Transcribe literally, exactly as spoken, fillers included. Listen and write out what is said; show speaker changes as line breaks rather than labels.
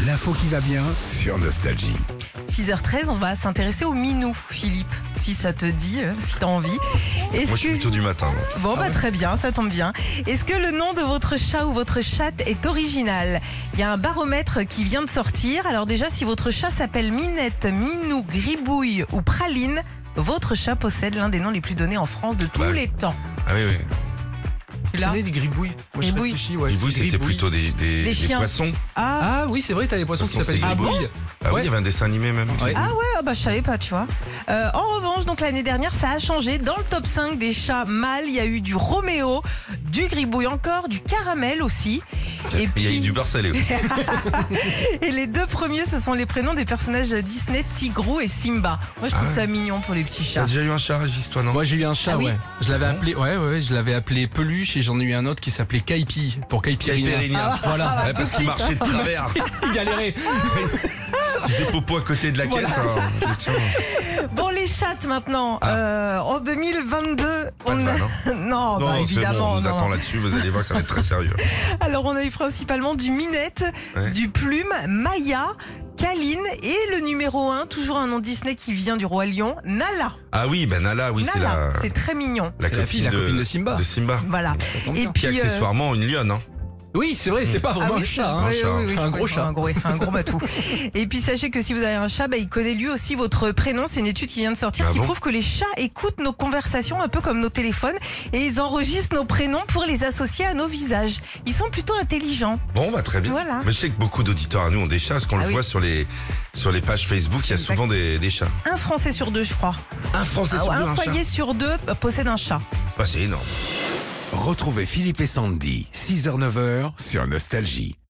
L'info qui va bien sur Nostalgie.
six heures treize, on va s'intéresser au minou, Philippe, si ça te dit, euh, si t'as envie. Est-ce
Moi, je suis
que...
plutôt du matin. Donc.
Bon, bah très bien, ça tombe bien. Est-ce que le nom de votre chat ou votre chatte est original? Il y a un baromètre qui vient de sortir. Alors déjà, si votre chat s'appelle Minette, Minou, Gribouille ou Praline, votre chat possède l'un des noms les plus donnés en France de tous
Bah,
les temps.
Ah oui, oui.
Là.
Des gribouilles. Moi, je
Gribouilles.
réfléchis, ouais,
Gribouille,
c'est
c'était
gribouille.
plutôt des, des,
Des
des
chiens.
poissons.
Ah,
Ah oui, c'est vrai, t'as des poissons qui
Poissons,
s'appellent
c'est
gribouilles.
Ah oui,
Ouais.
il y avait un dessin animé même.
Ouais.
ah ouais, ah bah je savais pas, tu vois. Euh, en revanche, donc l'année dernière, ça a changé. Dans le top cinq des chats mâles, il y a eu du Roméo, du Gribouille encore, du Caramel aussi. Et
Il y a eu
puis,
du beurre-salé.
et les deux premiers, ce sont les prénoms des personnages Disney, Tigrou et Simba. Moi, je trouve
Ah
ça mignon pour les petits
T'as
chats.
déjà eu un chat, Régis, toi, non?
Moi j'ai eu un chat,
Ah oui
ouais. Je l'avais
Ah bon
appelé, ouais, ouais, ouais, je l'avais appelé Peluche et j'en ai eu un autre qui s'appelait Kaipi pour Caipirina.
Caipirinha.
Voilà.
Ouais, parce qu'il marchait de travers.
Il galérait.
J'ai popo à côté de la caisse. hein. Tiens,
Bon, les chattes maintenant.
Ah.
Euh, en deux mille vingt-deux,
Pas de
on a...
vanne,
non, bah,
non, c'est bon,
évidemment,
on vous
non.
attend là-dessus. Vous allez voir que ça va être très sérieux.
Alors, on a eu principalement du Minette,
Ouais.
du Plume, Maya, Kaline et le numéro un, toujours un nom Disney qui vient du Roi Lion, Nala.
Ah oui, ben Nala, oui, c'est
Nala,
la,
c'est très mignon.
la,
C'est la fille, la copine de Simba.
De Simba.
Voilà.
Ça tombe
Et
bien.
Qui est
puis, euh,
accessoirement une lionne. Hein.
Oui, c'est vrai, c'est pas vraiment
ah
un
oui,
chat. Hein.
oui,
un chat.
oui, oui,
Un
oui,
gros
oui,
chat.
Un gros, c'est un gros matou. Et puis sachez que si vous avez un chat, bah, il connaît lui aussi votre prénom. C'est une étude qui vient de sortir
Ah
qui
bon
prouve que les chats écoutent nos conversations un peu comme nos téléphones et ils enregistrent nos prénoms pour les associer à nos visages. Ils sont plutôt intelligents.
Bon, bah très bien.
Voilà.
Mais je sais que beaucoup d'auditeurs à nous ont des chats, parce qu'on
Ah
le
oui.
voit sur les, sur les pages Facebook, il y a
Exact.
souvent des, des chats.
Un Français sur deux, je crois.
Un Français
Ah,
sur deux,
un
un
foyer
chat.
sur deux euh, possède un chat.
Bah, c'est énorme.
Retrouvez Philippe et Sandy, six heures neuf heures sur Nostalgie.